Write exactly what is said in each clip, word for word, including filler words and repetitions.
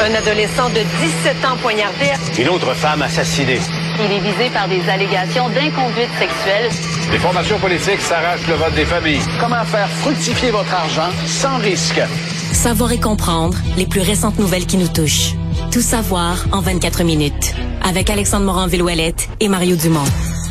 Un adolescent de dix-sept ans poignardé. Une autre femme assassinée. Il est visé par des allégations d'inconduite sexuelle. Les formations politiques s'arrachent le vote des familles. Comment faire fructifier votre argent sans risque? Savoir et comprendre les plus récentes nouvelles qui nous touchent. Tout savoir en vingt-quatre minutes. Avec Alexandre Morin-Villouellette et Mario Dumont.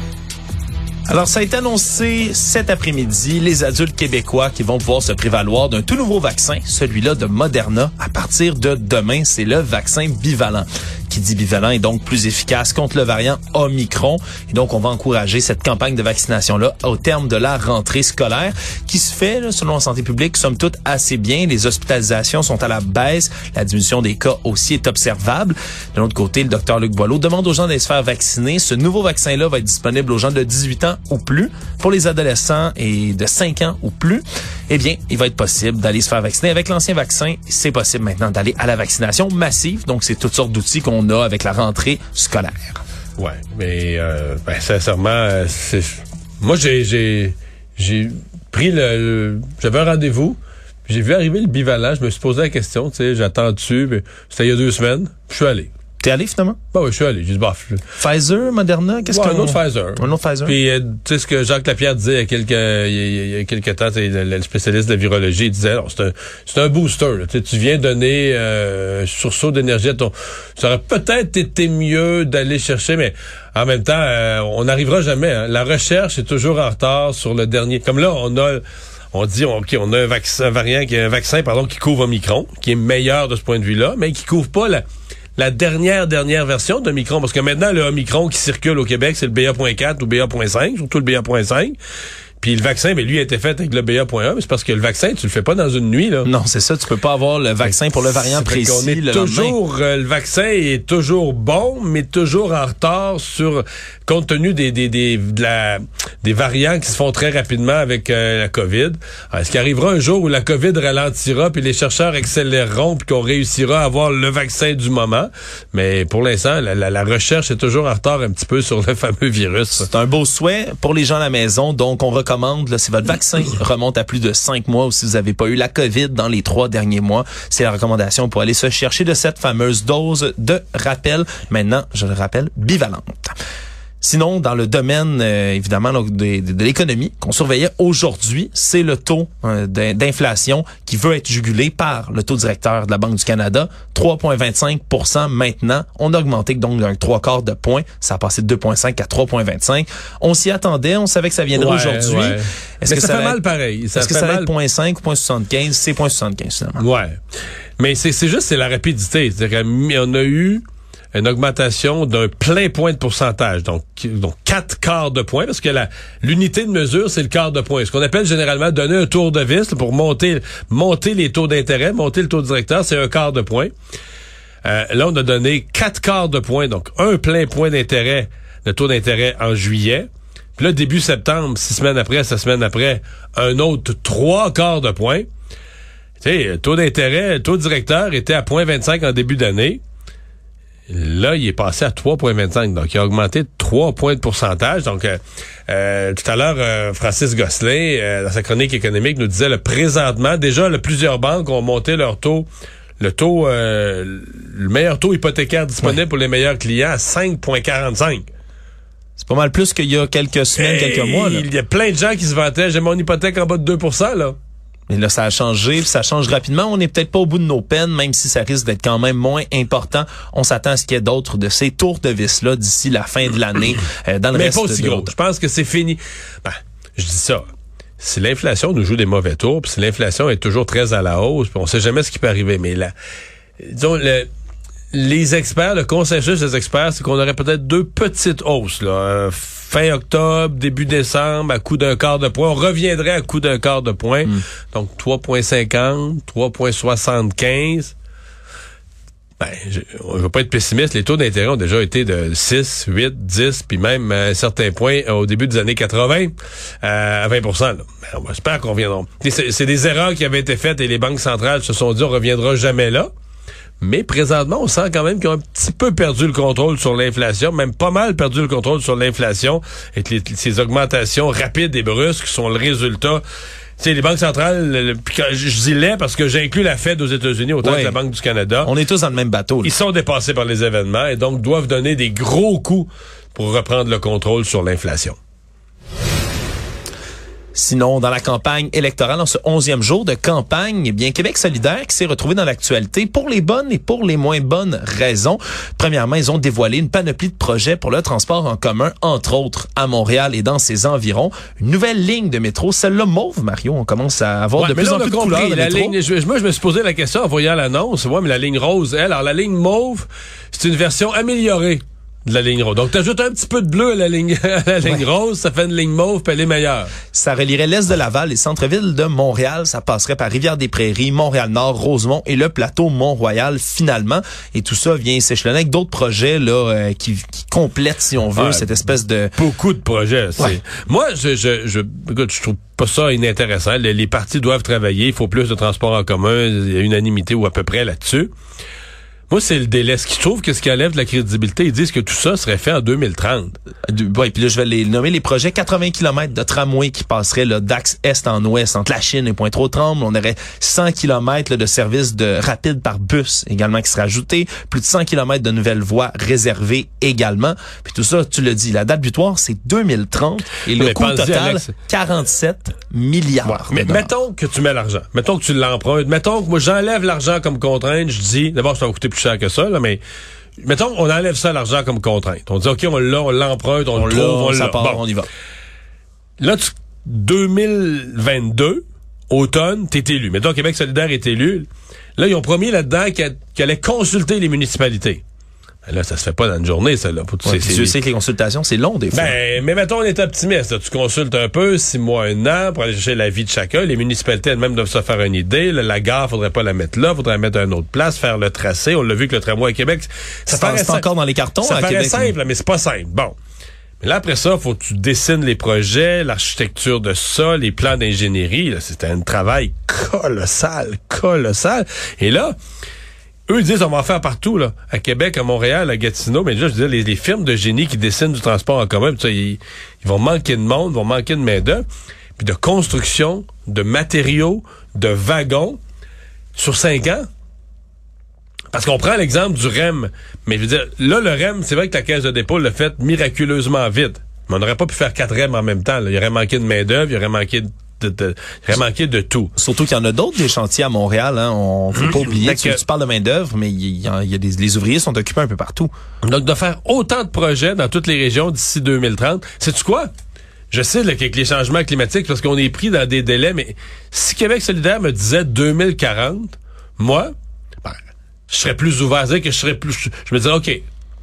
Alors, ça a été annoncé cet après-midi, les adultes québécois qui vont pouvoir se prévaloir d'un tout nouveau vaccin, celui-là de Moderna, à partir de demain. C'est le vaccin bivalent. Qui dit bivalent est donc plus efficace contre le variant Omicron. Et donc, on va encourager cette campagne de vaccination-là au terme de la rentrée scolaire qui se fait, là, selon la santé publique, somme toute assez bien. Les hospitalisations sont à la baisse. La diminution des cas aussi est observable. De l'autre côté, le docteur Luc Boileau demande aux gens d'aller se faire vacciner. Ce nouveau vaccin-là va être disponible aux gens de dix-huit ans ou plus. Pour les adolescents et de cinq ans ou plus, eh bien, il va être possible d'aller se faire vacciner. Avec l'ancien vaccin, c'est possible maintenant d'aller à la vaccination massive. Donc, c'est toutes sortes d'outils qu'on a avec la rentrée scolaire. Ouais, mais euh, ben, sincèrement, c'est... moi, j'ai, j'ai, j'ai pris le... le... J'avais un rendez-vous, j'ai vu arriver le bivalent, je me suis posé la question, tu sais, j'attends dessus, puis c'était il y a deux semaines, je suis allé. T'es allé finalement? Ben oui, je suis allé. J'ai dit, bof. Pfizer, Moderna, qu'est-ce ouais, que... un autre Pfizer. Un autre Pfizer. Puis, euh, tu sais, ce que Jacques Lapierre disait il y a quelques, il y a quelques temps, le, le spécialiste de la virologie, il disait, non, c'est un, c'est un booster, là. Tu viens donner, euh, un sursaut d'énergie à ton, ça aurait peut-être été mieux d'aller chercher, mais en même temps, euh, on n'arrivera jamais, hein. La recherche est toujours en retard sur le dernier. Comme là, on a, on dit, OK, on a un vaccin, un variant, qui, un vaccin, pardon, qui couvre Omicron, qui est meilleur de ce point de vue-là, mais qui couvre pas la, la dernière, dernière version d'Omicron. Parce que maintenant, le Omicron qui circule au Québec, c'est le B A point quatre ou B A point cinq, surtout le B A point cinq. Puis le vaccin, mais lui a été fait avec le B A point un, mais c'est parce que le vaccin, tu le fais pas dans une nuit, là. Non, c'est ça, tu peux pas avoir le vaccin pour le variant c'est précis. On est le toujours, euh, le vaccin est toujours bon, mais toujours en retard sur, compte tenu des, des, des, de la, des variants qui se font très rapidement avec euh, la COVID. Alors, est-ce qu'il arrivera un jour où la COVID ralentira, puis les chercheurs accéléreront, puis qu'on réussira à avoir le vaccin du moment? Mais pour l'instant, la, la, la recherche est toujours en retard un petit peu sur le fameux virus. C'est un beau souhait pour les gens à la maison, donc on recommande Là, si votre vaccin remonte à plus de cinq mois ou si vous n'avez pas eu la COVID dans les trois derniers mois, c'est la recommandation pour aller se chercher de cette fameuse dose de rappel. Maintenant, je le rappelle, bivalente. Sinon, dans le domaine, euh, évidemment, donc, de, de, de l'économie qu'on surveillait aujourd'hui, c'est le taux euh, d'inflation qui veut être jugulé par le taux directeur de la Banque du Canada, trois virgule vingt-cinq pour cent maintenant. On a augmenté donc d'un trois quarts de point. Ça a passé de deux virgule cinq à trois virgule vingt-cinq. On s'y attendait, on savait que ça viendrait ouais, aujourd'hui. Ouais. Est-ce Mais que ça, ça fait mal être, pareil. Ça est-ce que fait ça va mal... être zéro virgule cinq ou zéro virgule soixante-quinze? C'est zéro virgule soixante-quinze finalement. Ouais. Mais c'est, c'est juste, c'est la rapidité. C'est-à-dire qu'on a eu une augmentation d'un plein point de pourcentage, donc donc quatre quarts de point, parce que la l'unité de mesure, c'est le quart de point. Ce qu'on appelle généralement donner un tour de vis là, pour monter monter les taux d'intérêt, monter le taux directeur, c'est un quart de point. Euh, là, on a donné quatre quarts de point, donc un plein point d'intérêt, le taux d'intérêt en juillet. Puis là, début septembre, six semaines après, sept semaines après, un autre trois quarts de point. Tu sais, le taux d'intérêt, le taux directeur était à zéro virgule vingt-cinq en début d'année. Là, il est passé à trois virgule vingt-cinq, donc il a augmenté de trois points de pourcentage. Donc, euh, euh, tout à l'heure, euh, Francis Gosselin, euh, dans sa chronique économique, nous disait, le présentement, déjà, là, plusieurs banques ont monté leur taux, le taux, euh, le meilleur taux hypothécaire disponible ouais. pour les meilleurs clients à cinq virgule quarante-cinq. C'est pas mal plus qu'il y a quelques semaines, hey, quelques mois. Là. Il y a plein de gens qui se vantaient, j'ai mon hypothèque en bas de deux pour cent, là. Mais là, ça a changé, ça change rapidement. On n'est peut-être pas au bout de nos peines, même si ça risque d'être quand même moins important. On s'attend à ce qu'il y ait d'autres de ces tours de vis-là d'ici la fin de l'année euh, dans le Mais reste pas aussi de gros. Je pense que c'est fini. Ben, je dis ça. Si l'inflation nous joue des mauvais tours, puis si l'inflation est toujours très à la hausse, puis on sait jamais ce qui peut arriver, mais là, disons, le, les experts, le consensus des experts, c'est qu'on aurait peut-être deux petites hausses, là. Euh, fin octobre, début décembre, à coup d'un quart de point. On reviendrait à coup d'un quart de point. Mm. Donc, trois virgule cinquante, trois virgule soixante-quinze. Ben, je ne veux pas être pessimiste. Les taux d'intérêt ont déjà été de six, huit, dix, puis même à un certain point, au début des années quatre-vingts, euh, à vingt pour cent. Là. Ben, on espère qu'on reviendra. C'est, c'est des erreurs qui avaient été faites et les banques centrales se sont dit on reviendra jamais là. Mais présentement, on sent quand même qu'ils ont un petit peu perdu le contrôle sur l'inflation, même pas mal perdu le contrôle sur l'inflation, et que les, ces augmentations rapides et brusques sont le résultat sais, les banques centrales, le, je, je dis les parce que j'inclus la Fed aux États-Unis autant ouais. que la Banque du Canada. On est tous dans le même bateau. Là. Ils sont dépassés par les événements et donc doivent donner des gros coups pour reprendre le contrôle sur l'inflation. Sinon, dans la campagne électorale, en ce onzième jour de campagne, eh bien, Québec solidaire qui s'est retrouvé dans l'actualité pour les bonnes et pour les moins bonnes raisons. Premièrement, ils ont dévoilé une panoplie de projets pour le transport en commun, entre autres à Montréal et dans ses environs. Une nouvelle ligne de métro, celle-là mauve, Mario. On commence à avoir ouais, de plus en plus de couleurs de la métro. Ligne, je, moi, je me suis posé la question en voyant l'annonce. Ouais, mais la ligne rose, elle, alors la ligne mauve, c'est une version améliorée de la ligne rose. Donc, t'ajoutes un petit peu de bleu à la ligne, à la ligne ouais. rose, ça fait une ligne mauve, puis elle est meilleure. Ça relierait l'est de Laval et centre-ville de Montréal. Ça passerait par Rivière-des-Prairies, Montréal-Nord, Rosemont et le plateau Mont-Royal, finalement. Et tout ça vient s'échelonner avec d'autres projets là euh, qui, qui complètent, si on veut, ouais, cette espèce de... Beaucoup de projets. C'est... Ouais. Moi, je, je, je, écoute, je trouve pas ça inintéressant. Les, les partis doivent travailler. Il faut plus de transport en commun. Il y a unanimité ou à peu près là-dessus. Moi, c'est le délai. Ce qui trouve que ce qui enlève de la crédibilité, ils disent que tout ça serait fait en deux mille trente. Oui, puis là, je vais les nommer les projets. quatre-vingts kilomètres de tramway qui passerait là, d'axe est en ouest, entre la Chine et Pointe-aux-Trembles. On aurait cent kilomètres là, de services de rapide par bus également qui seraient ajoutés. Plus de cent kilomètres de nouvelles voies réservées également. Puis tout ça, tu le dis, la date butoir, c'est deux mille trente. Et le mais coût total, Alex, quarante-sept milliards. Ouais, mais mettons que tu mets l'argent. Mettons que tu l'empruntes. Mettons que moi, j'enlève l'argent comme contrainte. Je dis, d'abord, ça va coûter plus cher que ça, là, mais mettons, on enlève ça, l'argent, comme contrainte. On dit, OK, on l'a, on l'emprunte, on, on le trouve, on l'a. Part, bon. On y va. Là, tu, deux mille vingt-deux, automne, t'es élu. Mettons, Québec solidaire est élu. Là, ils ont promis là-dedans qu'elle, qu'elle allait consulter les municipalités. Ben là, ça se fait pas dans une journée, ça, là. Ouais, c'est, je sais que les consultations, c'est long, des fois. Ben, mais mettons, on est optimiste, là. Tu consultes un peu, six mois, un an, pour aller chercher l'avis de chacun. Les municipalités elles-mêmes doivent se faire une idée. Là, la gare, faudrait pas la mettre là, faudrait la mettre à une autre place, faire le tracé. On l'a vu que le tramway à Québec, ça c'est, paraît c'est encore dans les cartons, ça à paraît Québec, simple, mais... mais c'est pas simple. Bon. Mais là, après ça, faut que tu dessines les projets, l'architecture de ça, les plans d'ingénierie. Là, c'était un travail colossal, colossal. Et là, eux ils disent on va en faire partout, là, à Québec, à Montréal, à Gatineau, mais déjà, je veux dire, les, les firmes de génie qui dessinent du transport en commun, ça, ils, ils vont manquer de monde, vont manquer de main-d'œuvre, puis de construction, de matériaux, de wagons, sur cinq ans. Parce qu'on prend l'exemple du R E M, mais je veux dire, là, le R E M, c'est vrai que la Caisse de dépôt l'a fait miraculeusement vite, mais on n'aurait pas pu faire quatre R E M en même temps, là. Il y aurait manqué de main-d'œuvre, il y aurait manqué de De, de, il aurait manqué de tout. Surtout qu'il y en a d'autres des chantiers à Montréal. Hein. On ne faut pas oublier. Tu, tu parles de main-d'œuvre, mais il y, y a des, les ouvriers sont occupés un peu partout. Donc, de faire autant de projets dans toutes les régions d'ici deux mille trente, sais-tu quoi? Je sais là, qu'avec les changements climatiques, parce qu'on est pris dans des délais, mais si Québec solidaire me disait deux mille quarante, moi, ben, je serais plus ouvert à dire que je serais plus... Je, je me dirais, OK,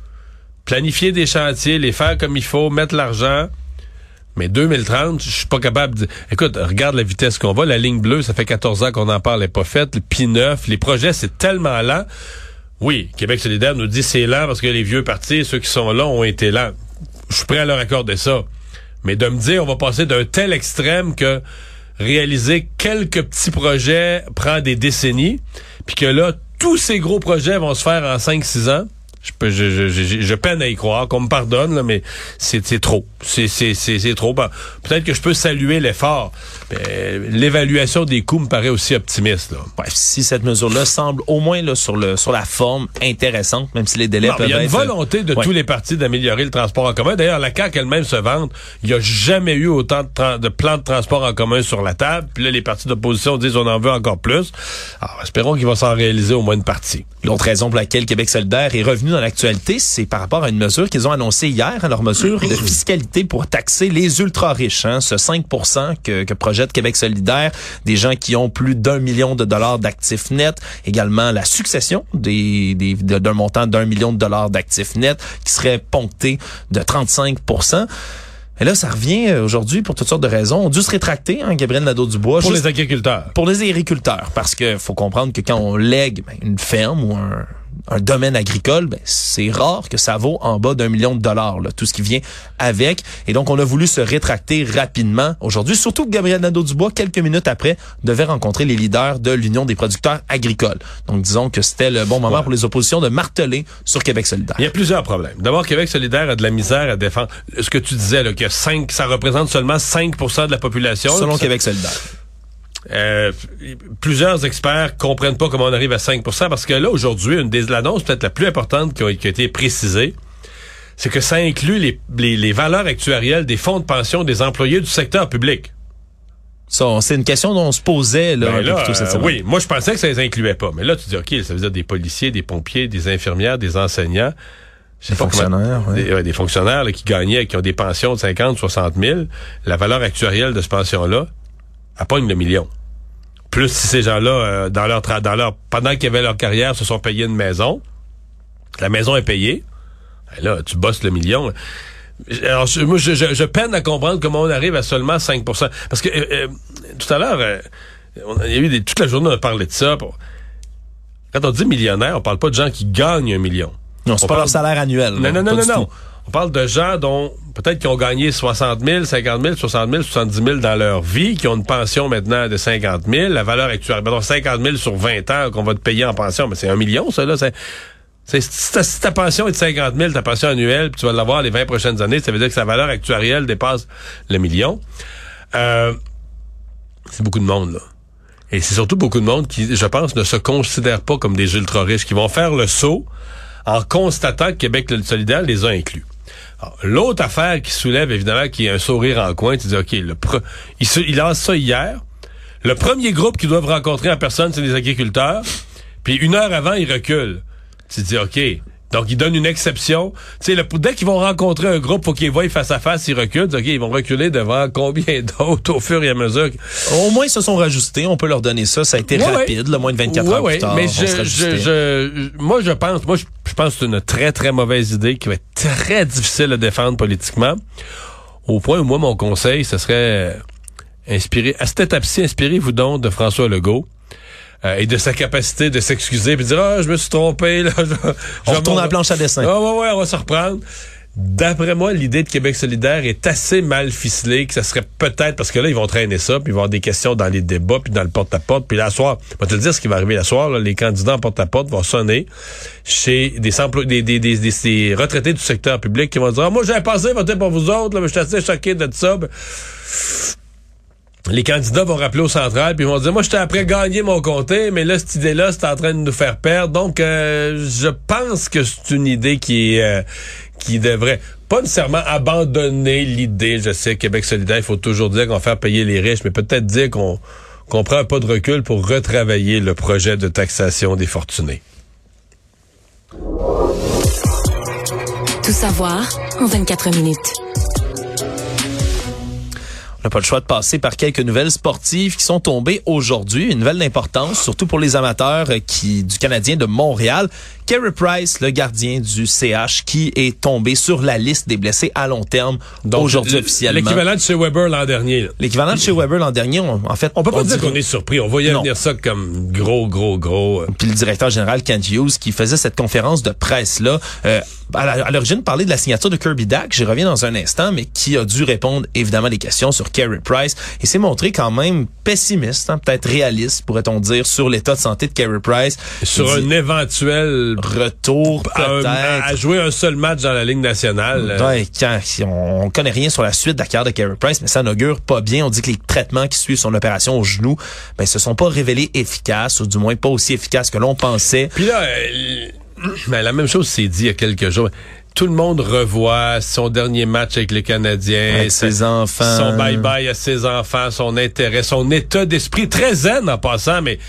planifier des chantiers, les faire comme il faut, mettre l'argent... Mais deux mille trente, je suis pas capable de... Écoute, regarde la vitesse qu'on va. La ligne bleue, ça fait quatorze ans qu'on en parle, elle n'est pas faite. Le P neuf, les projets, c'est tellement lent. Oui, Québec solidaire nous dit c'est lent parce que les vieux partis, ceux qui sont là, ont été lents. Je suis prêt à leur accorder ça. Mais de me dire, on va passer d'un tel extrême que réaliser quelques petits projets prend des décennies, puis que là, tous ces gros projets vont se faire en cinq six ans... Je, peux, je, je, je, je peine à y croire, qu'on me pardonne, là, mais c'est, c'est trop. C'est, c'est, c'est, c'est trop. Bon, peut-être que je peux saluer l'effort. Mais l'évaluation des coûts me paraît aussi optimiste. Là. Ouais, si cette mesure-là semble au moins là, sur, le, sur la forme intéressante, même si les délais non, peuvent être... Il y a une volonté de ouais. tous les partis d'améliorer le transport en commun. D'ailleurs, la C A Q elle-même se vante. Il n'y a jamais eu autant de, tra- de plans de transport en commun sur la table. Puis là, les partis d'opposition disent on en veut encore plus. Alors, espérons qu'il va s'en réaliser au moins une partie. L'autre raison pour laquelle Québec solidaire est revenu dans l'actualité, c'est par rapport à une mesure qu'ils ont annoncée hier, hein, leur mesure de fiscalité pour taxer les ultra-riches. Hein, ce cinq pour cent que, que projette Québec solidaire, des gens qui ont plus d'un million de dollars d'actifs nets, également la succession des, des, de, d'un montant d'un million de dollars d'actifs nets qui serait poncté de trente-cinq pour cent. Et là, ça revient aujourd'hui pour toutes sortes de raisons. On a dû se rétracter, hein, Gabriel Nadeau-Dubois. Pour les agriculteurs. Pour les agriculteurs. Parce que faut comprendre que quand on lègue ben, une ferme ou un, un domaine agricole, ben, c'est rare que ça vaut en bas d'un million de dollars, là, tout ce qui vient avec. Et donc, on a voulu se rétracter rapidement aujourd'hui. Surtout que Gabriel Nadeau-Dubois, quelques minutes après, devait rencontrer les leaders de l'Union des producteurs agricoles. Donc, disons que c'était le bon moment ouais. pour les oppositions de marteler sur Québec solidaire. Il y a plusieurs problèmes. D'abord, Québec solidaire a de la misère à défendre. Ce que tu disais, là, que cinq, ça représente seulement cinq pour cent de la population. Selon là, Québec solidaire. Euh, plusieurs experts comprennent pas comment on arrive à cinq pour cent parce que là, aujourd'hui, une des l'annonce peut-être la plus importante qui a, qui a été précisée, c'est que ça inclut les, les, les valeurs actuarielles des fonds de pension des employés du secteur public. Ça, c'est une question dont on se posait là, ben là plutôt cette semaine. euh, oui, moi je pensais que ça les incluait pas. Mais là, tu dis, OK, ça veut dire des policiers, des pompiers, des infirmières, des enseignants. Des fonctionnaires, comment, ouais. des, ouais, des fonctionnaires là, qui gagnaient, qui ont des pensions de cinquante, soixante mille. La valeur actuarielle de cette pension-là, elle pogne le million. Plus si ces gens-là, euh, dans leur tra- dans leur pendant qu'ils avaient leur carrière, se sont payés une maison. La maison est payée. Et là, tu bosses le million. Alors, je, moi, je, je, je peine à comprendre comment on arrive à seulement cinq pour cent. Parce que euh, euh, tout à l'heure, euh, on, il y a eu des, toute la journée, on a parlé de ça. Pour, quand on dit millionnaire, on parle pas de gens qui gagnent un million. Non, c'est on pas parle, leur salaire annuel. Non, non, non, non, non. Tout. On parle de gens dont peut-être qui ont gagné soixante mille, cinquante mille, soixante mille, soixante-dix mille dans leur vie, qui ont une pension maintenant de cinquante mille. La valeur actuelle, ben, cinquante mille sur vingt ans qu'on va te payer en pension, mais c'est un million, ça, là. C'est, c'est, si, ta, si ta pension est de cinquante mille, ta pension annuelle, puis tu vas l'avoir les vingt prochaines années, ça veut dire que sa valeur actuarielle dépasse le million. Euh, c'est beaucoup de monde, là. Et c'est surtout beaucoup de monde qui, je pense, ne se considèrent pas comme des ultra-riches, qui vont faire le saut en constatant que Québec solidaire les a inclus. Alors, l'autre affaire qui soulève, évidemment, qui est un sourire en coin, tu dis, OK, le pre- il, se, il lance ça hier. Le premier groupe qu'ils doivent rencontrer en personne, c'est les agriculteurs. Puis une heure avant, ils reculent. Tu dis, OK. Donc, ils donnent une exception. Tu sais, dès qu'ils vont rencontrer un groupe, faut qu'ils voient face à face, ils reculent. OK, ils vont reculer devant combien d'autres au fur et à mesure. Au moins, ils se sont rajustés. On peut leur donner ça. Ça a été ouais, rapide, ouais. le moins de vingt-quatre ouais, heures ouais. plus tard. Mais je, je, je, moi, je pense, moi, je, je pense que c'est une très, très mauvaise idée qui va être très difficile à défendre politiquement. Au point où, moi, mon conseil, ce serait inspiré, à cette étape-ci, inspirez-vous donc de François Legault. Euh, et de sa capacité de s'excuser puis de dire « Ah, je me suis trompé. » là. Je, On je retourne à la planche à dessin. Ah ouais, ouais, on va se reprendre. D'après moi, l'idée de Québec solidaire est assez mal ficelée, que ça serait peut-être, parce que là, ils vont traîner ça, puis il va y avoir des questions dans les débats, puis dans le porte-à-porte, puis là, soir, je vais te le dire ce qui va arriver la soir, là, les candidats en porte-à-porte vont sonner chez des, emplo- des, des, des, des, des retraités du secteur public qui vont dire « Ah, moi, j'avais pensé voter pour vous autres, là, mais je suis assez choqué de ça. » Les candidats vont rappeler au central puis ils vont dire moi j'étais après gagner mon comté mais là cette idée-là c'est en train de nous faire perdre donc euh, je pense que c'est une idée qui euh, qui devrait pas nécessairement abandonner l'idée. Je sais Québec solidaire il faut toujours dire qu'on va faire payer les riches mais peut-être dire qu'on qu'on prend un pas de recul pour retravailler le projet de taxation des fortunés. Tout savoir en vingt-quatre minutes. On n'a pas le choix de passer par quelques nouvelles sportives qui sont tombées aujourd'hui. Une nouvelle d'importance, surtout pour les amateurs qui du Canadien de Montréal. Carey Price, le gardien du C H, qui est tombé sur la liste des blessés à long terme donc, aujourd'hui officiellement. L'équivalent de chez Weber l'an dernier. Là. L'équivalent de chez Weber l'an dernier, on, en fait... On peut pas on dire dit qu'on est surpris. On voyait venir ça comme gros, gros, gros. Puis le directeur général, Kent Hughes, qui faisait cette conférence de presse-là, euh, à l'origine, parlait de la signature de Kirby Dach, j'y reviens dans un instant, mais qui a dû répondre évidemment à des questions sur Carey Price et s'est montré quand même pessimiste, hein, peut-être réaliste, pourrait-on dire, sur l'état de santé de Carey Price. Sur un éventuel retour, peut-être. À, à jouer un seul match dans la Ligue nationale. Ouais, quand, on, on connaît rien sur la suite de la carrière de Carey Price, mais ça n'augure pas bien. On dit que les traitements qui suivent son opération au genou, ben, se sont pas révélés efficaces, ou du moins pas aussi efficaces que l'on pensait. Puis là, euh, ben, la même chose s'est dit il y a quelques jours. Tout le monde revoit son dernier match avec les Canadiens. Avec ses enfants. Son bye-bye à ses enfants, son intérêt, son état d'esprit très zen en passant, mais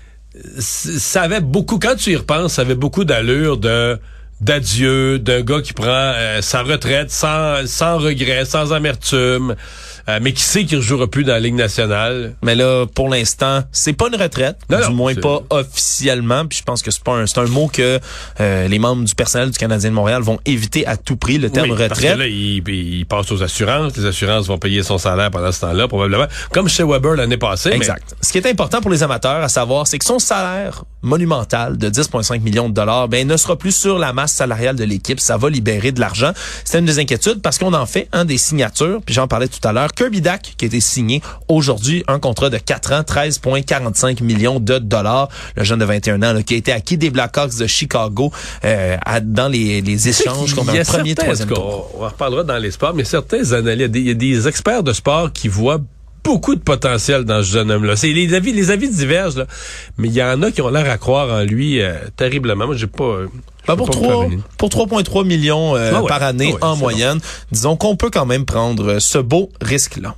ça avait beaucoup, quand tu y repenses, ça avait beaucoup d'allure de d'adieu, d'un gars qui prend euh, sa retraite sans sans regret, sans amertume, euh, mais qui sait qu'il ne rejouera plus dans la Ligue nationale. Mais là, pour l'instant, c'est pas une retraite, non, du non, moins c'est... pas officiellement. Puis je pense que c'est pas un, c'est un mot que euh, les membres du personnel du Canadien de Montréal vont éviter à tout prix, le terme oui, retraite. Parce que là, il, il passe aux assurances. Les assurances vont payer son salaire pendant ce temps-là, probablement. Comme chez Weber l'année passée. Exact. Mais... Ce qui est important pour les amateurs à savoir, c'est que son salaire monumental de dix virgule cinq millions de dollars, ben, ne sera plus sur la masse salariale de l'équipe. Ça va libérer de l'argent. C'était une des inquiétudes parce qu'on en fait un des signatures. Puis j'en parlais tout à l'heure. Kirby Dach, qui a été signé aujourd'hui, un contrat de quatre ans, treize virgule quarante-cinq millions de dollars. Le jeune de vingt et un ans, là, qui a été acquis des Blackhawks de Chicago, euh, à, dans les, les échanges contre un premier, troisième tour. On en reparlera dans les sports, mais certains analystes, il y a des experts de sport qui voient beaucoup de potentiel dans ce jeune homme-là. C'est les avis, les avis divergent, là, mais il y en a qui ont l'air à croire en lui euh, terriblement. Moi, j'ai pas. Euh, ben pour, trois, pour trois virgule trois millions euh, ah ouais, par année ah ouais, en moyenne, bon. Disons qu'on peut quand même prendre ce beau risque-là.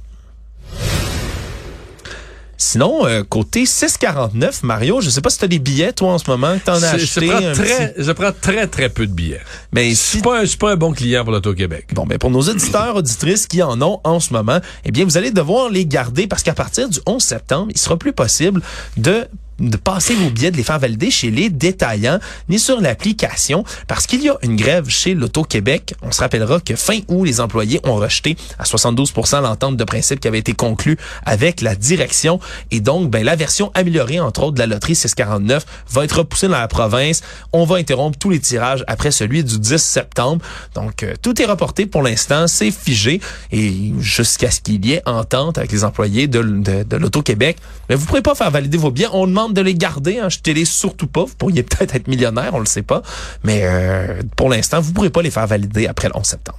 Sinon, euh, côté six quarante-neuf, Mario, je sais pas si tu as des billets, toi, en ce moment, que tu en as acheté. Je prends, un très, petit... je prends très, très peu de billets. Mais je si... suis pas, un, je suis pas un bon client pour l'Auto-Québec. Bon, ben pour nos auditeurs, auditrices qui en ont en ce moment, eh bien, vous allez devoir les garder parce qu'à partir du onze septembre, il sera plus possible de de passer vos billets, de les faire valider chez les détaillants, ni sur l'application, parce qu'il y a une grève chez l'Auto-Québec. On se rappellera que fin août, les employés ont rejeté à soixante-douze pour cent l'entente de principe qui avait été conclue avec la direction. Et donc, ben la version améliorée, entre autres, de la loterie six quarante-neuf va être repoussée dans la province. On va interrompre tous les tirages après celui du dix septembre. Donc, euh, tout est reporté pour l'instant, c'est figé. Et jusqu'à ce qu'il y ait entente avec les employés de, de, de l'Auto-Québec, mais vous ne pourrez pas faire valider vos billets. On demande de les garder, hein, jetez-les surtout pas. Vous pourriez peut-être être millionnaire, on le sait pas. Mais euh, pour l'instant, vous pourrez pas les faire valider après le onze septembre.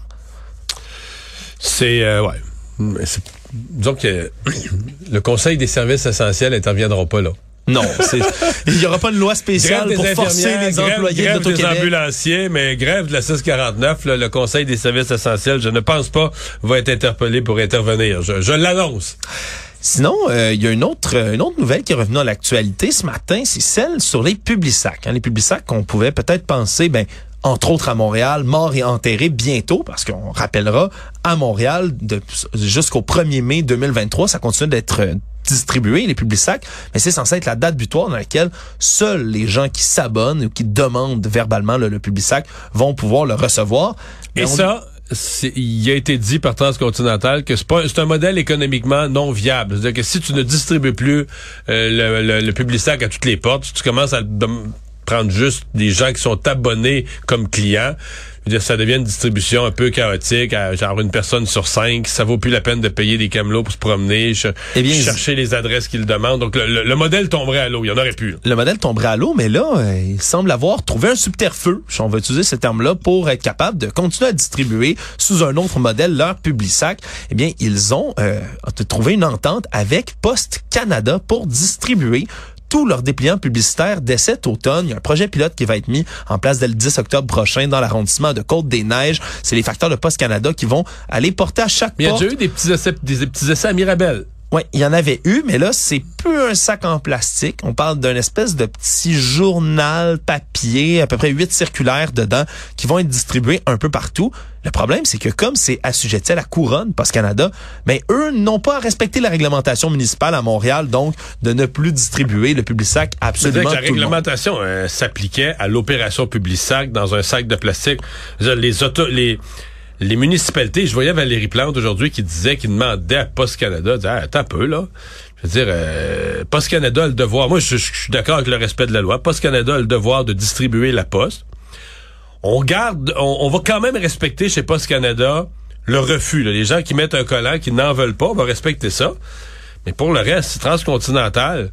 C'est, euh, ouais. C'est, disons que le Conseil des services essentiels n'interviendra pas là. Non, c'est, il y aura pas de loi spéciale pour forcer les employés grève, de l'Auto-Québec. Grève des ambulanciers, mais grève de la six quarante-neuf, là, le Conseil des services essentiels, je ne pense pas, va être interpellé pour intervenir. Je, je l'annonce. Sinon, il euh, y a une autre une autre nouvelle qui est revenue à l'actualité ce matin, c'est celle sur les Publisac. Hein, les Publisac qu'on pouvait peut-être penser, ben entre autres à Montréal, morts et enterrés bientôt, parce qu'on rappellera, à Montréal, de, jusqu'au premier mai deux mille vingt-trois, ça continue d'être distribué, les Publisac, mais c'est censé être la date butoir dans laquelle seuls les gens qui s'abonnent ou qui demandent verbalement le, le Publisac vont pouvoir le recevoir. Et on... ça... C'est, il a été dit par Transcontinental que c'est pas c'est un modèle économiquement non viable. C'est-à-dire que si tu ne distribues plus euh, le, le, le Publisac à toutes les portes, si tu commences à de, prendre juste des gens qui sont abonnés comme clients, je veux dire, ça devient une distribution un peu chaotique, à, genre une personne sur cinq, ça vaut plus la peine de payer des camelots pour se promener, ch- eh bien, chercher les adresses qu'ils demandent. Donc le, le, le modèle tomberait à l'eau, il y en aurait plus. Là. Le modèle tomberait à l'eau, mais là, euh, il semble avoir trouvé un subterfuge, si on va utiliser ce terme-là, pour être capable de continuer à distribuer sous un autre modèle leur Publisac. Eh bien, ils ont euh, trouvé une entente avec Post Canada pour distribuer tous leurs dépliants publicitaires dès cet automne. Il y a un projet pilote qui va être mis en place dès le dix octobre prochain dans l'arrondissement de Côte-des-Neiges. C'est les facteurs de Post Canada qui vont aller porter à chaque mais porte. Il y a déjà eu des petits essais, des, des petits essais à Mirabel. Oui, il y en avait eu, mais là, c'est plus un sac en plastique. On parle d'un espèce de petit journal papier, à peu près huit circulaires dedans, qui vont être distribués un peu partout. Le problème, c'est que comme c'est assujetti à la couronne, Post Canada, mais eux n'ont pas à respecter la réglementation municipale à Montréal, donc de ne plus distribuer le Publisac absolument que tout la réglementation euh, s'appliquait à l'opération Publisac dans un sac de plastique. Les autos, les Les municipalités, je voyais Valérie Plante aujourd'hui qui disait, qui demandait à Post Canada, disait, ah, attends un peu, là. Je veux dire, euh, Post Canada a le devoir, moi je, je suis d'accord avec le respect de la loi, Post Canada a le devoir de distribuer la poste. On garde, on, on va quand même respecter chez Post Canada le refus, là. Les gens qui mettent un collant, qui n'en veulent pas, on va respecter ça. Mais pour le reste, Transcontinental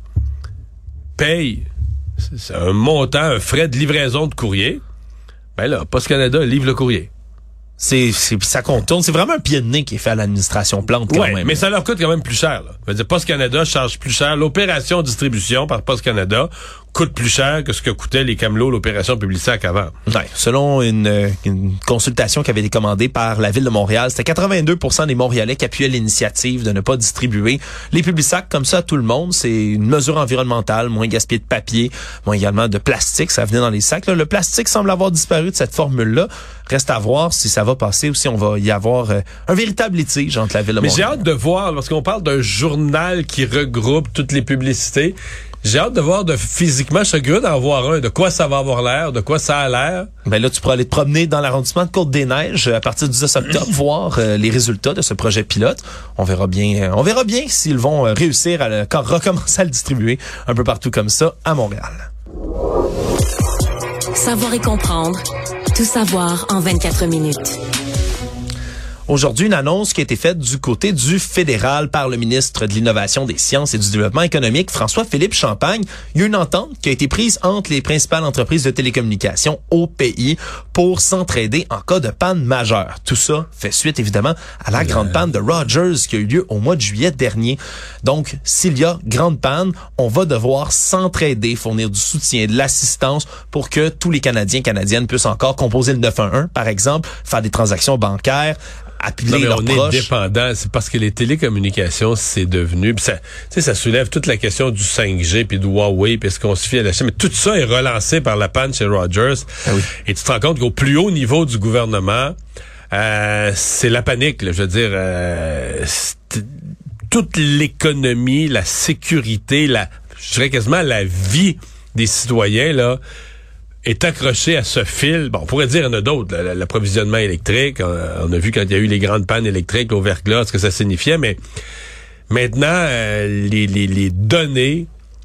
paye c'est un montant, un frais de livraison de courrier. Ben là, Post Canada livre le courrier. C'est, c'est, ça contourne. C'est vraiment un pied de nez qui est fait à l'administration Plante quand ouais, même. Mais ça leur coûte quand même plus cher. Là. Je veux dire, Post Canada charge plus cher. L'opération distribution par Post Canada coûte plus cher que ce que coûtait les camelots, l'opération Publisac avant. Ouais, selon une, une consultation qui avait été commandée par la Ville de Montréal, c'était quatre-vingt-deux pour cent des Montréalais qui appuyaient l'initiative de ne pas distribuer les Publisac comme ça à tout le monde. C'est une mesure environnementale, moins gaspillé de papier, moins également de plastique, ça venait dans les sacs. Là, le plastique semble avoir disparu de cette formule-là. Reste à voir si ça va passer ou si on va y avoir euh, un véritable litige entre la Ville de Montréal. Mais j'ai hâte de voir, parce qu'on parle d'un journal qui regroupe toutes les publicités, j'ai hâte de voir de physiquement, je serais curieux d'en voir un, de quoi ça va avoir l'air, de quoi ça a l'air. Ben là, tu pourras aller te promener dans l'arrondissement de Côte-des-Neiges à partir du dix octobre, voir euh, les résultats de ce projet pilote. On verra bien, euh, on verra bien s'ils vont euh, réussir à le, quand recommencer à le distribuer un peu partout comme ça à Montréal. Savoir et comprendre, tout savoir en vingt-quatre minutes. Aujourd'hui, une annonce qui a été faite du côté du fédéral par le ministre de l'Innovation, des Sciences et du Développement économique, François-Philippe Champagne. Il y a une entente qui a été prise entre les principales entreprises de télécommunications au pays pour s'entraider en cas de panne majeure. Tout ça fait suite, évidemment, à la grande panne de Rogers qui a eu lieu au mois de juillet dernier. Donc, s'il y a grande panne, on va devoir s'entraider, fournir du soutien, de l'assistance pour que tous les Canadiens et Canadiennes puissent encore composer le neuf un un, par exemple, faire des transactions bancaires, appeler non, mais leurs on proches. est dépendant, c'est parce que les télécommunications, c'est devenu, pis ça, tu sais, ça soulève toute la question du cinq G puis du Huawei, puis est-ce qu'on se fie à la Chine, mais tout ça est relancé par la panne chez Rogers. Ah oui. Et tu te rends compte qu'au plus haut niveau du gouvernement, euh, c'est la panique, là, je veux dire, euh, toute l'économie, la sécurité, la, je dirais quasiment la vie des citoyens, là, est accroché à ce fil. Bon, on pourrait dire, il y en a d'autres, l'approvisionnement électrique. On, on a vu quand il y a eu les grandes pannes électriques au verglas, ce que ça signifiait, mais maintenant, euh, les, les, les données,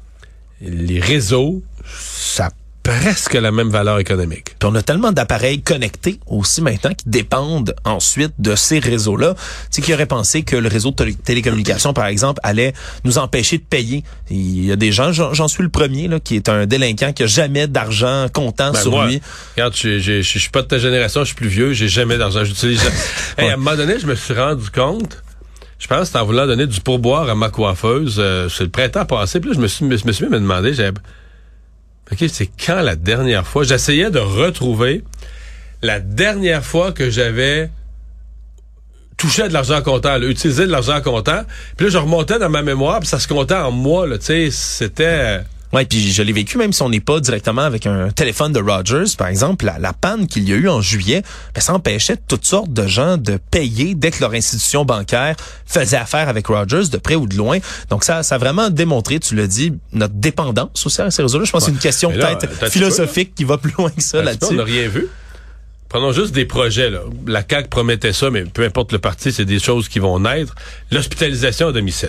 les réseaux, ça a presque la même valeur économique. Puis on a tellement d'appareils connectés aussi maintenant qui dépendent ensuite de ces réseaux-là. Tu sais, qui aurait pensé que le réseau de télé- télécommunications, par exemple, allait nous empêcher de payer. Il y a des gens, j'en, j'en suis le premier, là, qui est un délinquant qui a jamais d'argent comptant Ben sur moi, lui. Regarde, je, je, je, je suis pas de ta génération, je suis plus vieux, j'ai jamais d'argent. J'utilise. Hey, Ouais. à un moment donné, je me suis rendu compte. Je pense que c'était en voulant donner du pourboire à ma coiffeuse. Euh, c'est le printemps passé. Puis là, je me suis, me, me suis mis à me demander, j'avais, OK, c'est quand la dernière fois? J'essayais de retrouver la dernière fois que j'avais touché à de l'argent comptant, là, utilisé de l'argent comptant. Puis là, je remontais dans ma mémoire, puis ça se comptait en mois, là, tu sais, c'était... Ouais, puis je l'ai vécu, même si on n'est pas directement avec un téléphone de Rogers, par exemple, la, la panne qu'il y a eu en juillet, ben, ça empêchait toutes sortes de gens de payer dès que leur institution bancaire faisait affaire avec Rogers, de près ou de loin. Donc ça, ça a vraiment démontré, tu l'as dit, notre dépendance aussi à ces réseaux-là. Je pense ouais. que c'est une question là, peut-être philosophique peu, qui va plus loin que ça là-dessus. On n'a rien vu. Prenons juste des projets, là. La C A Q promettait ça, mais peu importe le parti, c'est des choses qui vont naître. L'hospitalisation à domicile.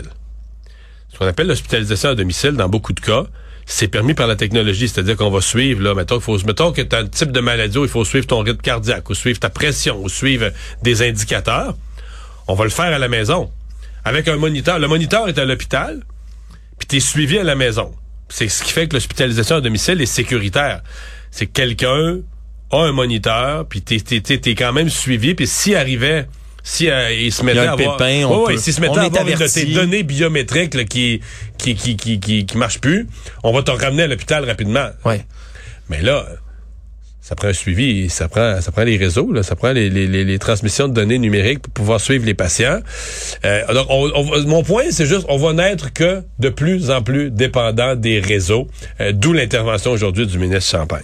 Ce qu'on appelle l'hospitalisation à domicile, dans beaucoup de cas, c'est permis par la technologie, c'est-à-dire qu'on va suivre, là, mettons, faut, mettons que tu as un type de maladie où il faut suivre ton rythme cardiaque, ou suivre ta pression, ou suivre des indicateurs. On va le faire à la maison. Avec un moniteur. Le moniteur est à l'hôpital, puis tu es suivi à la maison. C'est ce qui fait que l'hospitalisation à domicile est sécuritaire. C'est que quelqu'un a un moniteur, puis t'es, t'es, t'es, t'es quand même suivi, puis s'il arrivait... Si euh, il se mettait il y a un à avoir, pépin, ouais, on ouais, peut, s'il se mettait à avoir une de tes données biométriques là, qui, qui, qui, qui, qui, qui marche plus, on va te ramener à l'hôpital rapidement. Ouais. Mais là, ça prend un suivi, ça prend, ça prend les réseaux, là, ça prend les, les, les, les transmissions de données numériques pour pouvoir suivre les patients. Euh, alors, on, on, mon point, c'est juste, on va n'être que de plus en plus dépendant des réseaux, euh, d'où l'intervention aujourd'hui du ministre Champagne.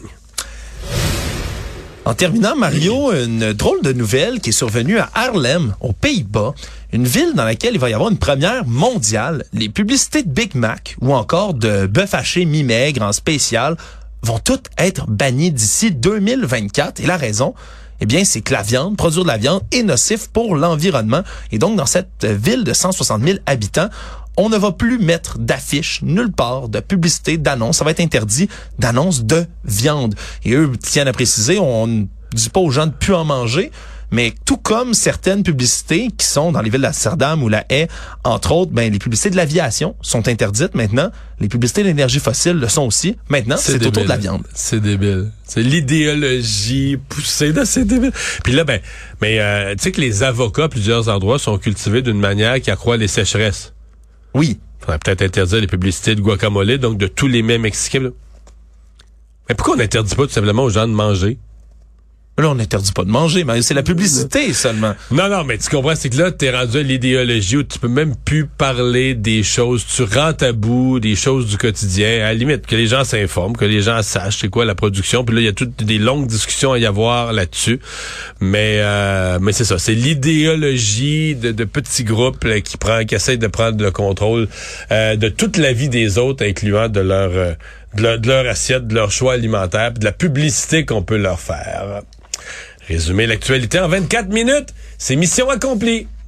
En terminant, Mario, une drôle de nouvelle qui est survenue à Haarlem, aux Pays-Bas, une ville dans laquelle il va y avoir une première mondiale. Les publicités de Big Mac ou encore de bœuf haché mi-maigre en spécial vont toutes être bannies d'ici deux mille vingt-quatre. Et la raison, eh bien, c'est que la viande, produire de la viande, est nocif pour l'environnement. Et donc, dans cette ville de cent soixante mille habitants, on ne va plus mettre d'affiches nulle part, de publicité, d'annonces. Ça va être interdit d'annonces de viande. Et eux tiennent à préciser, on ne dit pas aux gens de plus en manger, mais tout comme certaines publicités qui sont dans les villes d'Amsterdam ou La Haye, entre autres, ben les publicités de l'aviation sont interdites maintenant. Les publicités d'énergie fossile le sont aussi. Maintenant, c'est, c'est autour de la viande. C'est débile. C'est l'idéologie poussée de c'est débile. Puis là, ben, mais euh, tu sais que les avocats à plusieurs endroits sont cultivés d'une manière qui accroît les sécheresses. Oui. Faudrait peut-être interdire les publicités de guacamole, donc de tous les mets mexicains. Là. Mais pourquoi on n'interdit pas tout simplement aux gens de manger? Là, on n'interdit pas de manger, mais c'est la publicité seulement. Non, non, mais tu comprends, c'est que là, t'es rendu à l'idéologie où tu peux même plus parler des choses, tu rentres à bout des choses du quotidien, à la limite, que les gens s'informent, que les gens sachent c'est quoi la production, puis là, il y a toutes des longues discussions à y avoir là-dessus, mais euh, mais c'est ça, c'est l'idéologie de, de petits groupes là, qui prend, qui essaient de prendre le contrôle euh, de toute la vie des autres, incluant de leur, euh, de leur, de leur assiette, de leur choix alimentaire, puis de la publicité qu'on peut leur faire. Résumer l'actualité en vingt-quatre minutes, c'est mission accomplie.